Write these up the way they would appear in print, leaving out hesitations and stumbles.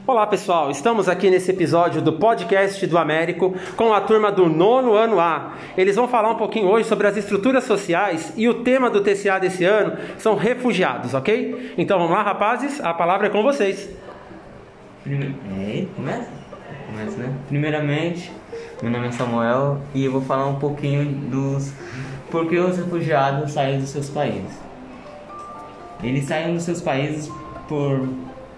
Olá pessoal, estamos aqui nesse episódio do podcast do Américo com a turma do 9º ano A. Eles vão falar um pouquinho hoje sobre as estruturas sociais e o tema do TCA desse ano são refugiados, ok? Então vamos lá, rapazes, a palavra é com vocês. Começa, né? Primeiramente, meu nome é Samuel e eu vou falar um pouquinho dos por que os refugiados saem dos seus países. Eles saem dos seus países por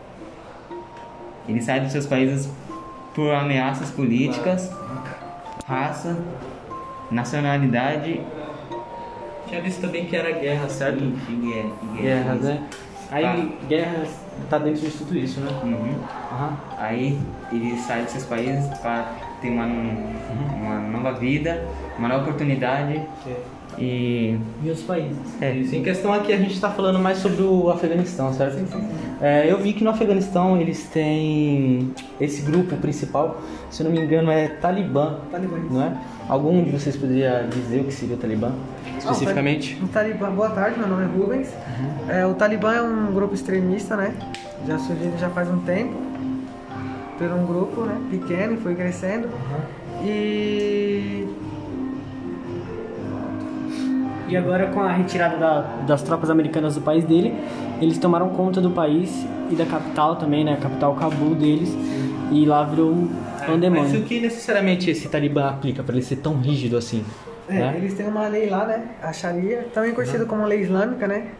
ameaças políticas, raça, nacionalidade. Tinha visto também que era guerra, certo? Guerra, né? Aí guerra tá dentro de tudo isso, né? Aí eles saem dos seus países para ter uma nova vida, uma nova oportunidade. E os países. Isso. Em questão aqui a gente está falando mais sobre o Afeganistão, certo? Sim. Eu vi que no Afeganistão eles têm esse grupo principal, se eu não me engano é Talibã, não é? Algum de vocês poderia dizer o que seria o Talibã, especificamente? O Talibã, boa tarde, meu nome é Rubens. O Talibã é um grupo extremista, né? Já surgiu já faz um tempo, por um grupo, né, pequeno, e foi crescendo. E agora, com a retirada das tropas americanas do país dele, eles tomaram conta do país e da capital também, né? A capital Cabul deles. E lá virou um pandemônio. Mas o que necessariamente esse Talibã aplica para ele ser tão rígido assim? Né? Eles têm uma lei lá, né? A Sharia, também conhecida como lei islâmica, né?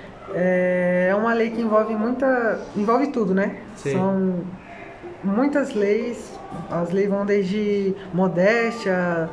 É uma lei que envolve tudo, né? Sim. São muitas leis. As leis vão desde modéstia,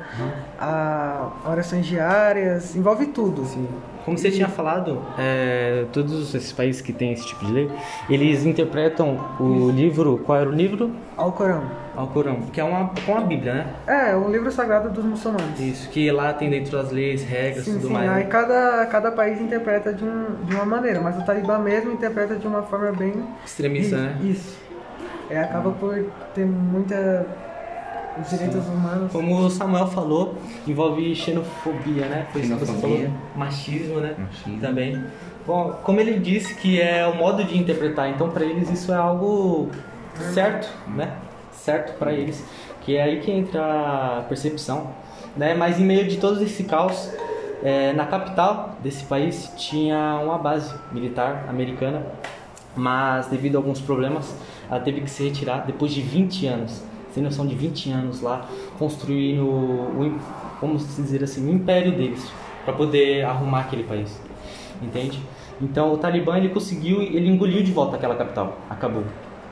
a orações diárias, envolve tudo. Sim. Como você tinha falado, todos esses países que têm esse tipo de lei, eles interpretam o livro, qual era o livro? Alcorão. Alcorão, que é com a Bíblia, né? É, o livro sagrado dos muçulmanos. Isso, que lá tem dentro das leis, regras, tudo mais. Aí cada país interpreta de uma maneira, mas o Talibã mesmo interpreta de uma forma bem... extremista, né? Isso. Acaba por ter muita... os direitos humanos. Como o Samuel falou, envolve xenofobia, né? Foi isso que você falou. Machismo, né? Também. Bom, como ele disse que é o modo de interpretar, então para eles isso é algo certo, né? Certo para eles, que é aí que entra a percepção, né? Mas em meio de todo esse caos, na capital desse país tinha uma base militar americana, mas devido a alguns problemas ela teve que se retirar depois de 20 anos. Sem noção de 20 anos lá, construindo vamos dizer assim, o império deles, para poder arrumar aquele país, entende? Então o Talibã ele engoliu de volta aquela capital, acabou.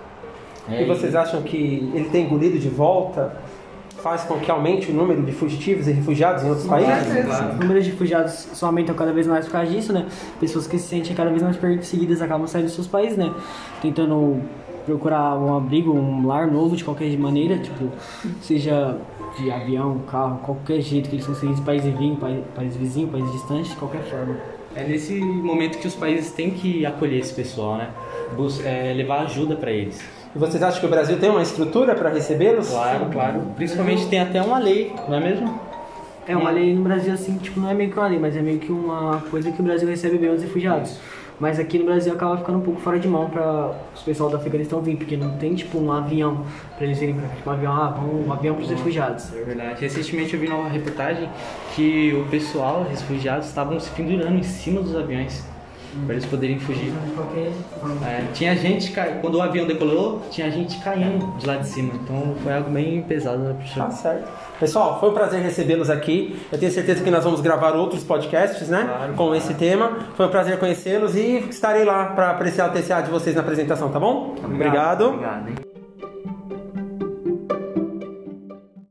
E vocês acham que ele ter engolido de volta faz com que aumente o número de fugitivos e refugiados em outros países? Claro. O número de refugiados só aumentam cada vez mais por causa disso, né? Pessoas que se sentem cada vez mais perseguidas acabam saindo dos seus países, né? Tentando procurar um abrigo, um lar novo de qualquer maneira, tipo, seja de avião, carro, qualquer jeito que eles conseguirem, país vizinho, país distante, de qualquer forma. É nesse momento que os países têm que acolher esse pessoal, né? Levar ajuda para eles. E vocês acham que o Brasil tem uma estrutura para recebê-los? Claro. Principalmente tem até uma lei, não é mesmo? É uma lei no Brasil assim, tipo, não é meio que uma lei, mas é meio que uma coisa que o Brasil recebe bem os refugiados. Mas aqui no Brasil acaba ficando um pouco fora de mão para os pessoal do Afeganistão vir, porque não tem tipo um avião para eles virem para cá, tipo um avião para os refugiados. É verdade. Recentemente eu vi uma reportagem que o pessoal, os refugiados, estavam se pendurando em cima dos aviões para eles poderem fugir. Tinha gente, quando o avião decolou, tinha gente caindo de lá de cima, então foi algo bem pesado, né? Tá certo. Pessoal, foi um prazer recebê-los aqui. Eu tenho certeza que nós vamos gravar outros podcasts, né? Claro, com esse tema. Foi um prazer conhecê-los e estarei lá para apreciar o TCA de vocês na apresentação, tá bom? Obrigado. Obrigado, hein?